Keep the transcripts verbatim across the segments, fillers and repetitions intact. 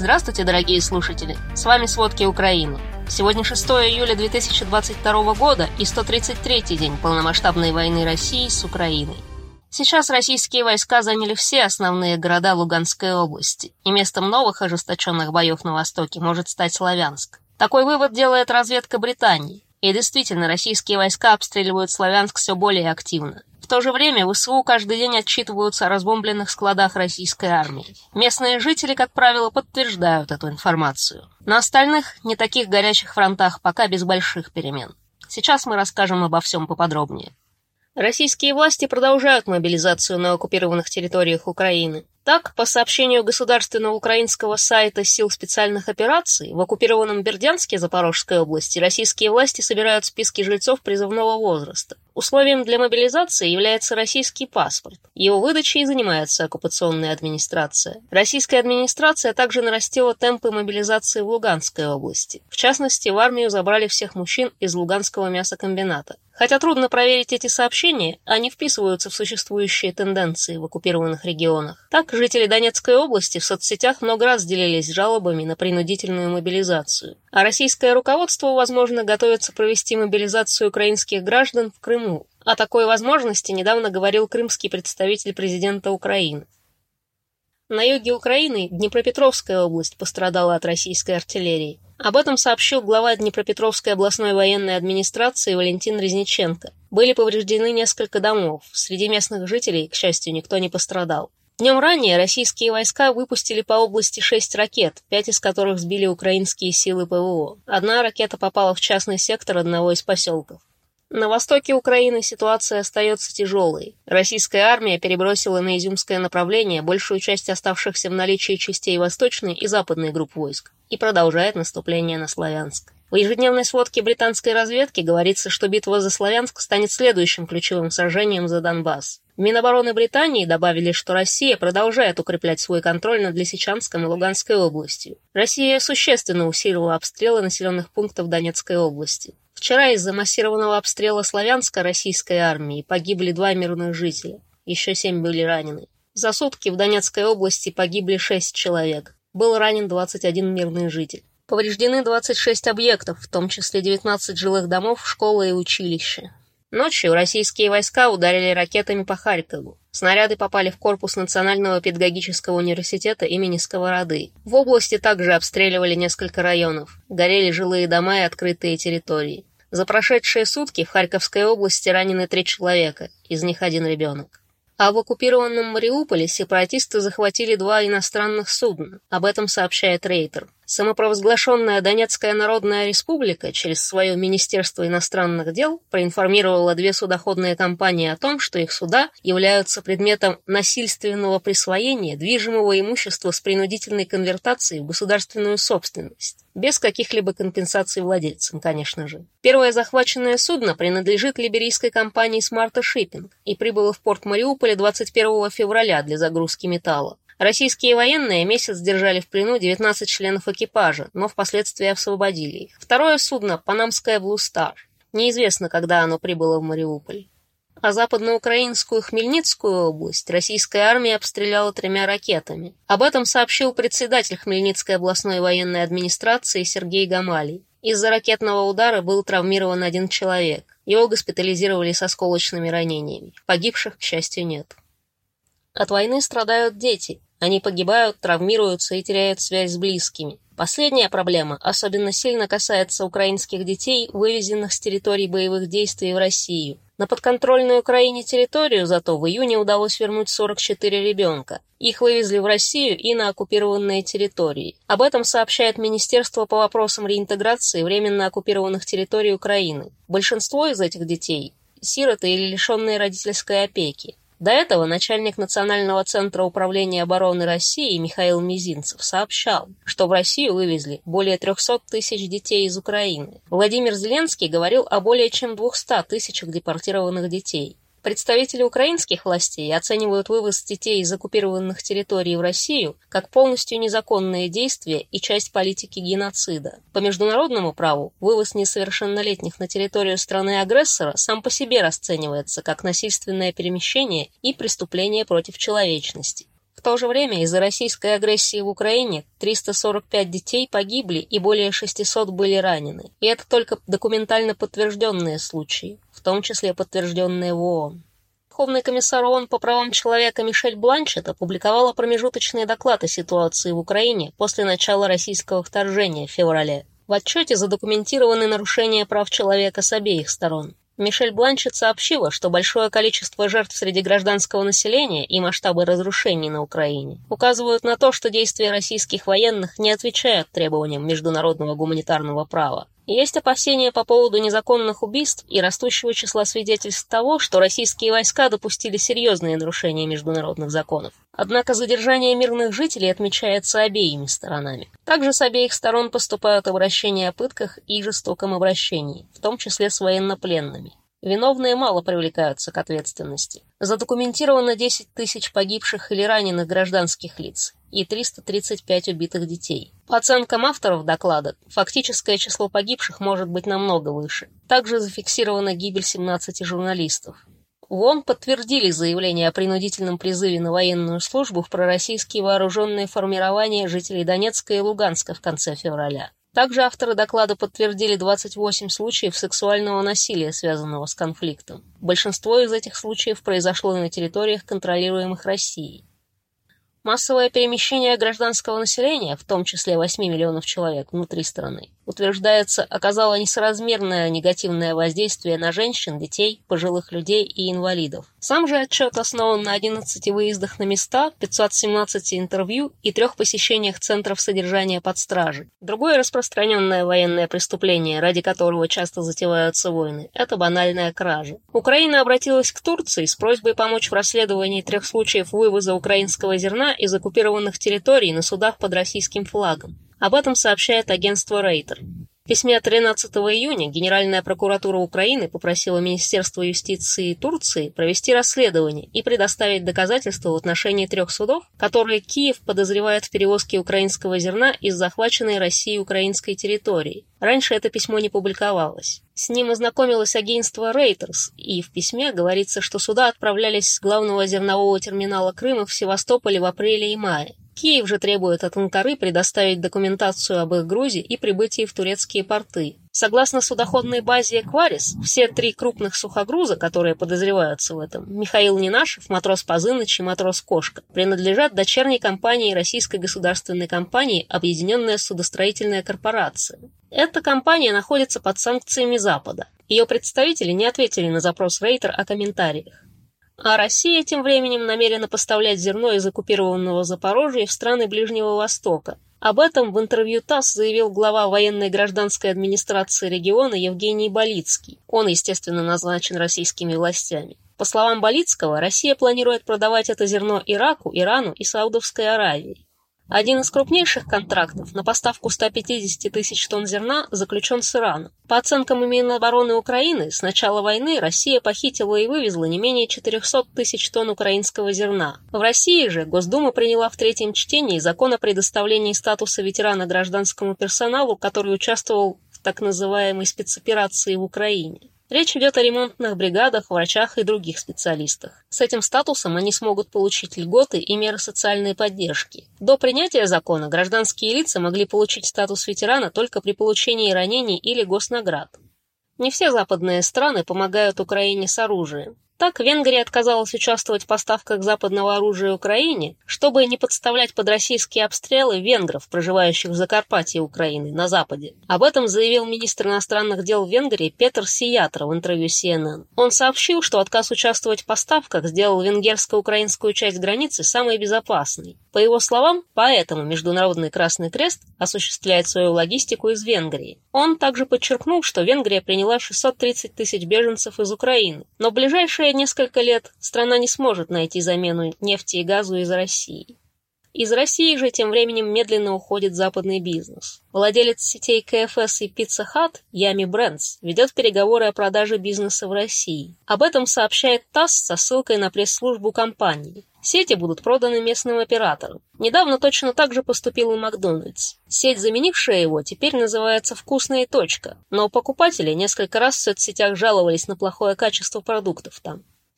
Здравствуйте, дорогие слушатели! С вами «Сводки Украины». Сегодня шестое июля две тысячи двадцать второго года и сто тридцать третий день полномасштабной войны России с Украиной. Сейчас российские войска заняли все основные города Луганской области, и местом новых ожесточенных боев на востоке может стать Славянск. Такой вывод делает разведка Британии. И действительно, российские войска обстреливают Славянск все более активно. В то же время ВСУ каждый день отчитываются о разбомбленных складах российской армии. Местные жители, как правило, подтверждают эту информацию. На остальных, не таких горячих фронтах, пока без больших перемен. Сейчас мы расскажем обо всем поподробнее. Российские власти продолжают мобилизацию на оккупированных территориях Украины. Так, по сообщению государственного украинского сайта сил специальных операций, в оккупированном Бердянске Запорожской области российские власти собирают списки жильцов призывного возраста. Условием для мобилизации является российский паспорт. Его выдачей и занимается оккупационная администрация. Российская администрация также нарастила темпы мобилизации в Луганской области. В частности, в армию забрали всех мужчин из Луганского мясокомбината. Хотя трудно проверить эти сообщения, они вписываются в существующие тенденции в оккупированных регионах. Так, жители Донецкой области в соцсетях много раз делились жалобами на принудительную мобилизацию. А российское руководство, возможно, готовится провести мобилизацию украинских граждан в Крыму. О такой возможности недавно говорил крымский представитель президента Украины. На юге Украины Днепропетровская область пострадала от российской артиллерии. Об этом сообщил глава Днепропетровской областной военной администрации Валентин Резниченко. Были повреждены несколько домов. Среди местных жителей, к счастью, никто не пострадал. Днем ранее российские войска выпустили по области шесть ракет, пять из которых сбили украинские силы ПВО. Одна ракета попала в частный сектор одного из поселков. На востоке Украины ситуация остается тяжелой. Российская армия перебросила на Изюмское направление большую часть оставшихся в наличии частей восточной и западной групп войск и продолжает наступление на Славянск. В ежедневной сводке британской разведки говорится, что битва за Славянск станет следующим ключевым сражением за Донбасс. В Минобороны Британии добавили, что Россия продолжает укреплять свой контроль над Лисичанском и Луганской областью. Россия существенно усилила обстрелы населенных пунктов Донецкой области. Вчера из-за массированного обстрела Славянска российской армии погибли два мирных жителя. Еще семь были ранены. За сутки в Донецкой области погибли шесть человек. Был ранен двадцать один мирный житель. Повреждены двадцать шесть объектов, в том числе девятнадцать жилых домов, школы и училища. Ночью российские войска ударили ракетами по Харькову. Снаряды попали в корпус Национального педагогического университета имени Сковороды. В области также обстреливали несколько районов. Горели жилые дома и открытые территории. За прошедшие сутки в Харьковской области ранены три человека, из них один ребенок. А в оккупированном Мариуполе сепаратисты захватили два иностранных судна. Об этом сообщает Рейтер. Самопровозглашенная Донецкая Народная Республика через свое Министерство иностранных дел проинформировала две судоходные компании о том, что их суда являются предметом насильственного присвоения движимого имущества с принудительной конвертацией в государственную собственность. Без каких-либо компенсаций владельцам, конечно же. Первое захваченное судно принадлежит либерийской компании Smart Shipping и прибыло в порт Мариуполя двадцать первого февраля для загрузки металла. Российские военные месяц держали в плену девятнадцать членов экипажа, но впоследствии освободили их. Второе судно – панамское Blue Star. Неизвестно, когда оно прибыло в Мариуполь. А западноукраинскую Хмельницкую область российская армия обстреляла тремя ракетами. Об этом сообщил председатель Хмельницкой областной военной администрации Сергей Гамалий. Из-за ракетного удара был травмирован один человек. Его госпитализировали с осколочными ранениями. Погибших, к счастью, нет. От войны страдают дети. Они погибают, травмируются и теряют связь с близкими. Последняя проблема особенно сильно касается украинских детей, вывезенных с территорий боевых действий в Россию. На подконтрольную Украине территорию зато в июне удалось вернуть сорок четыре ребенка. Их вывезли в Россию и на оккупированные территории. Об этом сообщает Министерство по вопросам реинтеграции временно оккупированных территорий Украины. Большинство из этих детей – сироты или лишенные родительской опеки. До этого начальник Национального центра управления обороны России Михаил Мизинцев сообщал, что в Россию вывезли более трехсот тысяч детей из Украины. Владимир Зеленский говорил о более чем двухстах тысячах депортированных детей. Представители украинских властей оценивают вывоз детей из оккупированных территорий в Россию как полностью незаконные действия и часть политики геноцида. По международному праву вывоз несовершеннолетних на территорию страны-агрессора сам по себе расценивается как насильственное перемещение и преступление против человечности. В то же время из-за российской агрессии в Украине триста сорок пять детей погибли и более шестисот были ранены. И это только документально подтвержденные случаи, в том числе подтвержденные в ООН. Верховный комиссар ООН по правам человека Мишель Бланшетт опубликовала промежуточный доклад о ситуации в Украине после начала российского вторжения в феврале. В отчете задокументированы нарушения прав человека с обеих сторон. Мишель Бланшетт сообщила, что большое количество жертв среди гражданского населения и масштабы разрушений на Украине указывают на то, что действия российских военных не отвечают требованиям международного гуманитарного права. Есть опасения по поводу незаконных убийств и растущего числа свидетельств того, что российские войска допустили серьезные нарушения международных законов. Однако задержание мирных жителей отмечается обеими сторонами. Также с обеих сторон поступают обращения о пытках и жестоком обращении, в том числе с военнопленными. Виновные мало привлекаются к ответственности. Задокументировано десять тысяч погибших или раненых гражданских лиц и триста тридцать пять убитых детей. По оценкам авторов доклада, фактическое число погибших может быть намного выше. Также зафиксирована гибель семнадцати журналистов. В ООН подтвердили заявление о принудительном призыве на военную службу в пророссийские вооруженные формирования жителей Донецка и Луганска в конце февраля. Также авторы доклада подтвердили двадцать восемь случаев сексуального насилия, связанного с конфликтом. Большинство из этих случаев произошло на территориях, контролируемых Россией. Массовое перемещение гражданского населения, в том числе восьми миллионов человек внутри страны, утверждается, оказало несоразмерное негативное воздействие на женщин, детей, пожилых людей и инвалидов. Сам же отчет основан на одиннадцати выездах на места, пятьсот семнадцати интервью и трех посещениях центров содержания под стражей. Другое распространенное военное преступление, ради которого часто затеваются войны, это банальная кража. Украина обратилась к Турции с просьбой помочь в расследовании трех случаев вывоза украинского зерна из оккупированных территорий на судах под российским флагом. Об этом сообщает агентство Рейтер. В письме тринадцатого июня Генеральная прокуратура Украины попросила Министерство юстиции Турции провести расследование и предоставить доказательства в отношении трех судов, которые Киев подозревает в перевозке украинского зерна из захваченной Россией украинской территории. Раньше это письмо не публиковалось. С ним ознакомилось агентство Reuters, и в письме говорится, что суда отправлялись с главного зернового терминала Крыма в Севастополе в апреле и мае. Киев же требует от Анкары предоставить документацию об их грузе и прибытии в турецкие порты. Согласно судоходной базе «Экварис», все три крупных сухогруза, которые подозреваются в этом, Михаил Ненашев, матрос Пазыныч и матрос Кошка, принадлежат дочерней компании российской государственной компании «Объединенная судостроительная корпорация». Эта компания находится под санкциями Запада. Ее представители не ответили на запрос Рейтер о комментариях. А Россия тем временем намерена поставлять зерно из оккупированного Запорожья в страны Ближнего Востока. Об этом в интервью ТАСС заявил глава военной гражданской администрации региона Евгений Болицкий. Он, естественно, назначен российскими властями. По словам Болицкого, Россия планирует продавать это зерно Ираку, Ирану и Саудовской Аравии. Один из крупнейших контрактов на поставку ста пятидесяти тысяч тонн зерна заключен с Ираном. По оценкам Минобороны Украины, с начала войны Россия похитила и вывезла не менее четырехсот тысяч тонн украинского зерна. В России же Госдума приняла в третьем чтении закон о предоставлении статуса ветерана гражданскому персоналу, который участвовал в так называемой спецоперации в Украине. Речь идет о ремонтных бригадах, врачах и других специалистах. С этим статусом они смогут получить льготы и меры социальной поддержки. До принятия закона гражданские лица могли получить статус ветерана только при получении ранений или госнаград. Не все западные страны помогают Украине с оружием. Так, Венгрия отказалась участвовать в поставках западного оружия Украине, чтобы не подставлять под российские обстрелы венгров, проживающих в Закарпатье Украины, на Западе. Об этом заявил министр иностранных дел Венгрии Петер Сиятра в интервью си эн эн. Он сообщил, что отказ участвовать в поставках сделал венгерско-украинскую часть границы самой безопасной. По его словам, поэтому Международный Красный Крест осуществляет свою логистику из Венгрии. Он также подчеркнул, что Венгрия приняла шестьсот тридцать тысяч беженцев из Украины, но в ближайшие несколько лет страна не сможет найти замену нефти и газу из России. Из России же тем временем медленно уходит западный бизнес. Владелец сетей ка эф эс и Pizza Hut Ями Брендс ведет переговоры о продаже бизнеса в России. Об этом сообщает ТАСС со ссылкой на пресс-службу компании. Сети будут проданы местным операторам. Недавно точно так же поступил и Макдональдс. Сеть, заменившая его, теперь называется «Вкусная точка», но покупатели несколько раз в соцсетях жаловались на плохое качество продуктов там.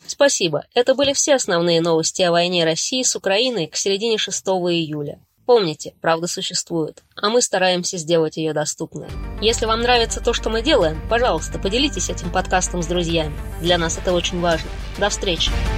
Спасибо. Это были все основные новости о войне России с Украиной к середине шестого июля. Помните, правда существует, а мы стараемся сделать ее доступной. Если вам нравится то, что мы делаем, пожалуйста, поделитесь этим подкастом с друзьями. Для нас это очень важно. До встречи!